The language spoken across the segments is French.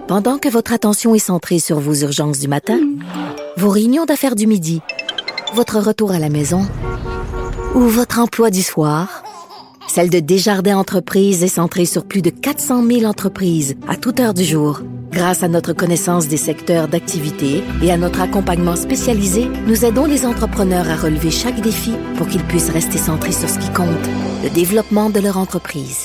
Pendant que votre attention est centrée sur vos urgences du matin, vos réunions d'affaires du midi, votre retour à la maison ou votre emploi du soir, celle de Desjardins Entreprises est centrée sur plus de 400 000 entreprises à toute heure du jour. Grâce à notre connaissance des secteurs d'activité et à notre accompagnement spécialisé, nous aidons les entrepreneurs à relever chaque défi pour qu'ils puissent rester centrés sur ce qui compte, le développement de leur entreprise.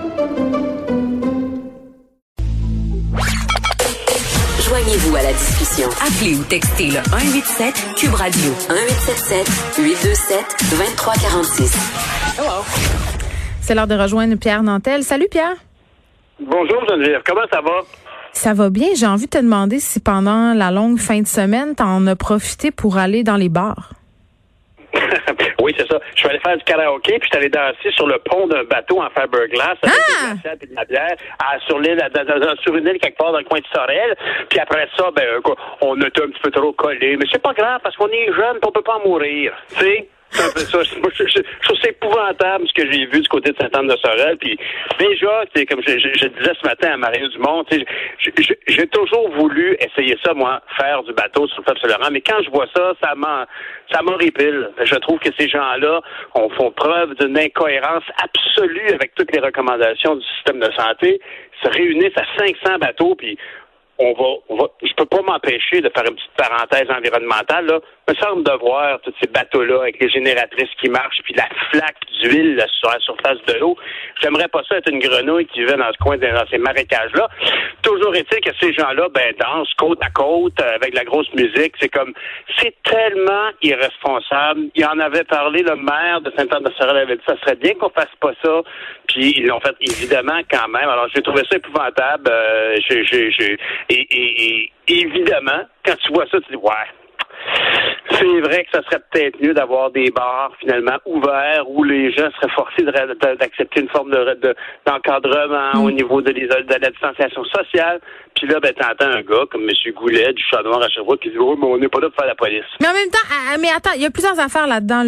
Joignez-vous à la discussion. Appelez ou textez le 187 Cube Radio 1877 827 2346. Hello. C'est l'heure de rejoindre Pierre Nantel. Salut Pierre. Bonjour Geneviève, comment ça va? Ça va bien. J'ai envie de te demander si pendant la longue fin de semaine, t'en as profité pour aller dans les bars. Oui, c'est ça. Je suis allé faire du karaoké, puis je suis allé danser sur le pont d'un bateau en fiberglass avec des glacières et de la bière sur une île quelque part dans le coin de Sorel. Puis après ça, on était un petit peu trop collés. Mais c'est pas grave parce qu'on est jeunes, on peut pas en mourir. Tu sais? C'est un peu ça. Moi, je trouve c'est épouvantable ce que j'ai vu du côté de Sainte-Anne-de-Sorel. Puis déjà, comme je disais ce matin à Mario Dumont, j'ai toujours voulu essayer ça, moi, faire du bateau sur le fleuve Saint-Laurent. Mais quand je vois ça, ça m'horripile. Je trouve que ces gens-là font preuve d'une incohérence absolue avec toutes les recommandations du système de santé. Ils se réunissent à 500 bateaux, puis je peux pas m'empêcher de faire une petite parenthèse environnementale, là. Il me semble de voir tous ces bateaux-là avec les génératrices qui marchent puis la flaque d'huile là, sur la surface de l'eau. J'aimerais pas ça être une grenouille qui vivait dans ce coin, dans ces marécages-là. Toujours est-il que ces gens-là, dansent côte à côte avec la grosse musique. C'est tellement irresponsable. Il en avait parlé, le maire de Sainte-Anne-de-Sorel avait dit ça serait bien qu'on fasse pas ça. Puis ils l'ont fait évidemment quand même. Alors j'ai trouvé ça épouvantable. Et évidemment, quand tu vois ça, tu dis ouais. C'est vrai que ça serait peut-être mieux d'avoir des bars finalement ouverts où les gens seraient forcés d'accepter une forme d'encadrement au niveau de la distanciation sociale. Puis là, t'entends un gars comme M. Goulet du Chat-Noir à Sherbrooke qui dit « Oh, mais on n'est pas là pour faire la police. » Mais en même temps, mais attends, il y a plusieurs affaires là-dedans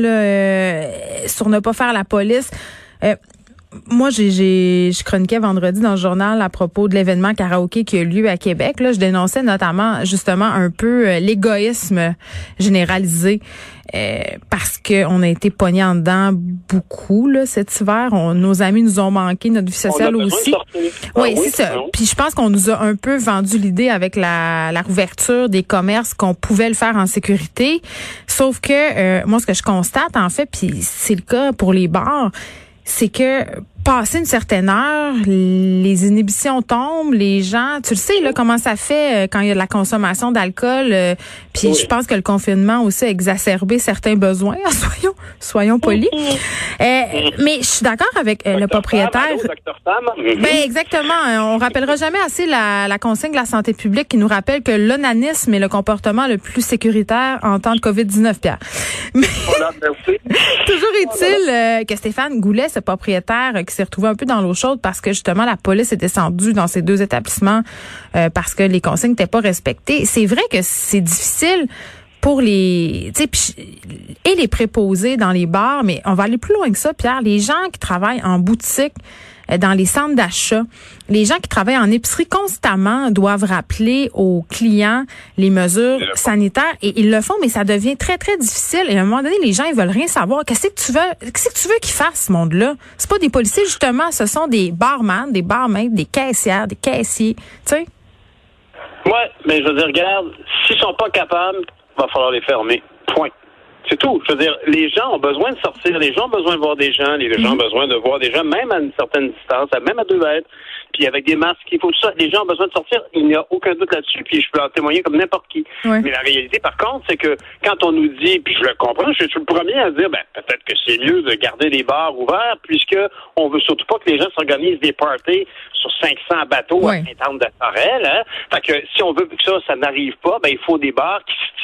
sur ne pas faire la police. Moi, je chroniquais vendredi dans le journal à propos de l'événement karaoké qui a eu lieu à Québec. Là, je dénonçais notamment, justement, un peu l'égoïsme généralisé parce que on a été pognés en dedans beaucoup là cet hiver. Nos amis nous ont manqué, notre vie sociale aussi. Oui, c'est ça. Puis je pense qu'on nous a un peu vendu l'idée avec la rouverture des commerces qu'on pouvait le faire en sécurité. Sauf que moi, ce que je constate, en fait, puis c'est le cas pour les bars, c'est que passé une certaine heure, les inhibitions tombent, les gens, tu le sais là comment ça fait quand il y a de la consommation d'alcool, puis je pense que le confinement aussi a exacerbé certains besoins, soyons polis. Mais je suis d'accord avec le propriétaire. Exactement, on rappellera jamais assez la consigne de la santé publique qui nous rappelle que l'onanisme est le comportement le plus sécuritaire en temps de COVID-19, Pierre. Mais toujours est-il que Stéphane Goulet, ce propriétaire qui s'est retrouvé un peu dans l'eau chaude parce que justement la police est descendue dans ces deux établissements parce que les consignes n'étaient pas respectées. C'est vrai que c'est difficile pour les préposés dans les bars, mais on va aller plus loin que ça, Pierre. Les gens qui travaillent en boutique, dans les centres d'achat, les gens qui travaillent en épicerie constamment doivent rappeler aux clients les mesures sanitaires et ils le font, mais ça devient très, très difficile. Et à un moment donné, les gens, ils veulent rien savoir. Qu'est-ce que tu veux qu'ils fassent, ce monde-là? C'est pas des policiers, justement. Ce sont des barman, des barmaids, des caissières, des caissiers. Tu sais? Ouais, mais je veux dire, regarde, s'ils sont pas capables, il va falloir les fermer. Point. C'est tout. Je veux dire, les gens ont besoin de sortir, les gens ont besoin de voir des gens, les gens ont besoin de voir des gens, même à une certaine distance, même à 2 mètres, puis avec des masques, il faut tout ça. Les gens ont besoin de sortir, il n'y a aucun doute là-dessus, puis je peux en témoigner comme n'importe qui. Oui. Mais la réalité, par contre, c'est que quand on nous dit, puis je le comprends, je suis le premier à dire, peut-être que c'est mieux de garder les bars ouverts, puisque on veut surtout pas que les gens s'organisent des parties sur 500 bateaux à Sainte-Anne-de-Sorel, hein. Fait que si on veut que ça n'arrive pas, il faut des bars qui se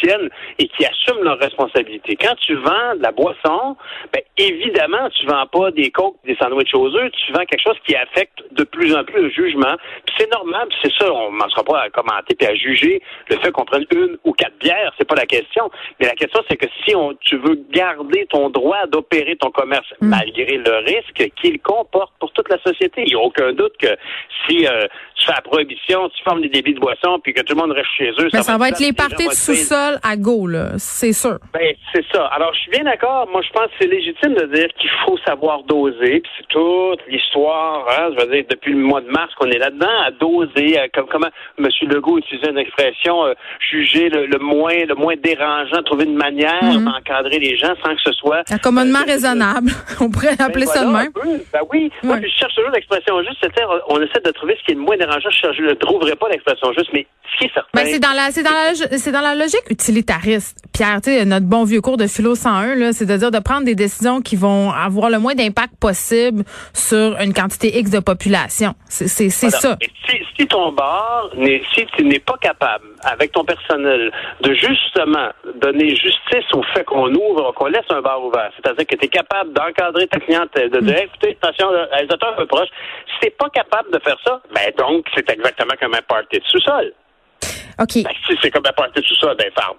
tiennent et qui assument leurs responsabilités. Quand tu vends de la boisson, ben évidemment, tu vends pas des cokes, des sandwichs aux œufs, tu vends quelque chose qui affecte de plus en plus le jugement. Puis c'est normal, puis c'est ça, on ne sera pas à commenter puis à juger le fait qu'on prenne 1 ou 4 bières, c'est pas la question. Mais la question, c'est que si tu veux garder ton droit d'opérer ton commerce malgré le risque qu'il comporte pour toute la société, il n'y a aucun doute que si tu fais la prohibition, tu formes des débits de boissons puis que tout le monde reste chez eux. Mais ça va être les parties de sous-sol à go, là, c'est sûr. Ben, c'est ça. Alors, je suis bien d'accord. Moi, je pense que c'est légitime de dire qu'il faut savoir doser. Puis c'est toute l'histoire, hein, je veux dire, depuis le mois de mars qu'on est là-dedans, à doser, comment M. Legault utilisait une expression, juger le moins dérangeant, trouver une manière d'encadrer les gens sans que ce soit... Accommodement raisonnable. On pourrait appeler ça de même. Ben oui. Moi, je cherche toujours l'expression juste. On essaie de trouver ce qui est le moins dérangeant. Je ne trouverai pas l'expression juste, mais ce qui est certain... Ben, c'est dans la logique utilitariste. Pierre, tu sais, notre bon vieux cours de philo 101, là, c'est de dire de prendre des décisions qui vont avoir le moins d'impact possible sur une quantité X de population. C'est ça. Et si ton bar, si tu n'es pas capable, avec ton personnel, de justement donner justice au fait qu'on laisse un bar ouvert, c'est-à-dire que tu es capable d'encadrer ta clientèle, de dire, écoutez, attention, réalisateur un peu proche, si tu n'es pas capable de faire ça, ben donc, c'est exactement comme un party de sous-sol. OK. Ben, si c'est comme un party de sous-sol, ben ferme.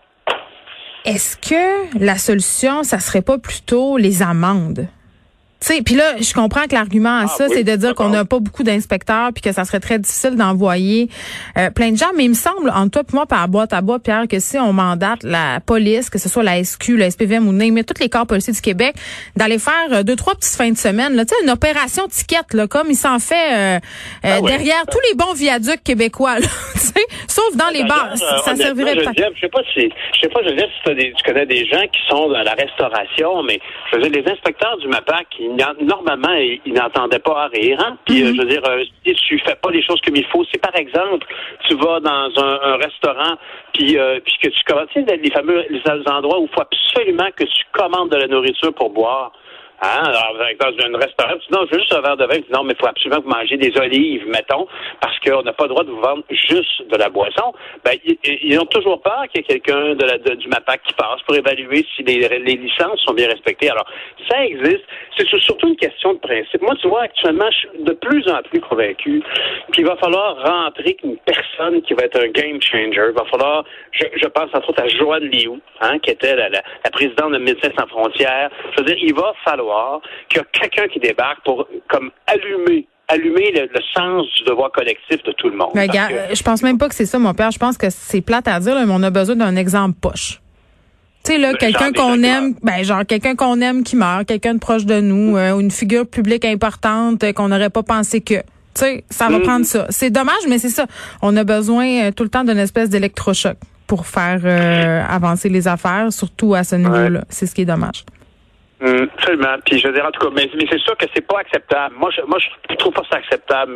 Est-ce que la solution, ça serait pas plutôt les amendes? Tu sais, puis là, je comprends que l'argument à ça, c'est de dire qu'on n'a pas beaucoup d'inspecteurs puis que ça serait très difficile d'envoyer plein de gens. Mais il me semble, entre toi et moi, par boîte à bois, Pierre, que si on mandate la police, que ce soit la SQ, la SPVM ou NAME, tous les corps policiers du Québec, d'aller faire 2-3 petites fins de semaine, là, tu sais, une opération ticket, là, comme il s'en fait derrière tous les bons viaducs québécois, là, tu sais, sauf dans les bars. Ça servirait pas. Je sais pas, Geneviève, si tu connais des gens qui sont dans la restauration, mais je veux dire, les inspecteurs du MAPAC, normalement, ils n'entendaient pas à rire. Hein? Puis, je veux dire, si tu fais pas les choses comme il faut, si par exemple, tu vas dans un restaurant, puis que tu commandes, tu sais, les endroits où il faut absolument que tu commandes de la nourriture pour boire. Hein? Alors, dans un restaurant, tu dis non, je veux juste un verre de vin. Tu dis non, mais il faut absolument que vous mangez des olives, mettons, parce qu'on n'a pas le droit de vous vendre juste de la boisson. Ben, ils ont toujours peur qu'il y ait quelqu'un du MAPAC qui passe pour évaluer si les licences sont bien respectées. Alors, ça existe. C'est surtout une question de principe. Moi, tu vois, actuellement, je suis de plus en plus convaincu qu'il va falloir rentrer une personne qui va être un game changer. Il va falloir, je pense entre autres à Joanne Liu, hein, qui était la présidente de Médecins sans frontières. Je veux dire, il va falloir qu'il y a quelqu'un qui débarque pour comme allumer le sens du devoir collectif de tout le monde. Mais regarde, je pense même pas que c'est ça, mon père. Je pense que c'est plate à dire, là, mais on a besoin d'un exemple poche. Tu sais, là, quelqu'un qu'on aime, quelqu'un qu'on aime qui meurt, quelqu'un de proche de nous, ou une figure publique importante qu'on n'aurait pas pensé que. Tu sais, ça va prendre ça. C'est dommage, mais c'est ça. On a besoin tout le temps d'une espèce d'électrochoc pour faire avancer les affaires, surtout à ce niveau-là. C'est ce qui est dommage. Absolument. Puis je veux dire, en tout cas, mais c'est sûr que c'est pas acceptable. Moi, je trouve pas ça acceptable,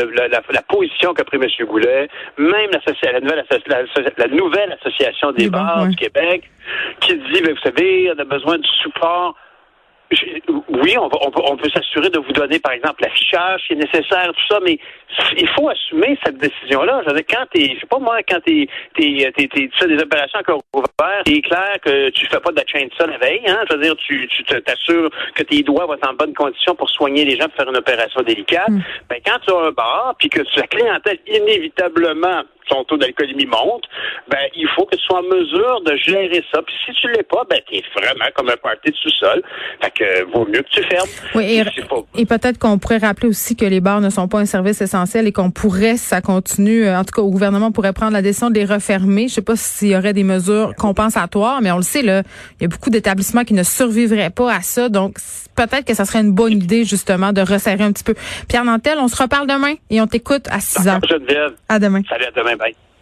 la position qu'a pris M. Goulet, même la nouvelle association des bars du Québec, qui dit, ben, vous savez, on a besoin de support. Oui, on peut s'assurer de vous donner, par exemple, l'affichage qui est nécessaire, tout ça, mais il faut assumer cette décision-là. Je veux dire, quand tu fais des opérations encore ouvertes, il est clair que tu fais pas de la chaîne de ça la veille, hein. Je veux dire, tu t'assures que tes doigts vont être en bonne condition pour soigner les gens, pour faire une opération délicate. Ben, quand tu as un bar, puis que la clientèle, inévitablement, son taux d'alcoolémie monte, ben, il faut que tu sois en mesure de gérer ça. Puis si tu l'es pas, ben, t'es vraiment comme un party de sous-sol. Fait que, vaut mieux que tu fermes. Oui, et peut-être qu'on pourrait rappeler aussi que les bars ne sont pas un service essentiel et qu'on pourrait, si ça continue, en tout cas, au gouvernement pourrait prendre la décision de les refermer. Je sais pas s'il y aurait des mesures compensatoires, mais on le sait, là, il y a beaucoup d'établissements qui ne survivraient pas à ça. Donc, peut-être que ça serait une bonne idée, justement, de resserrer un petit peu. Pierre Nantel, on se reparle demain et on t'écoute à 6 heures. Geneviève. À demain. Salut, à demain. Bye.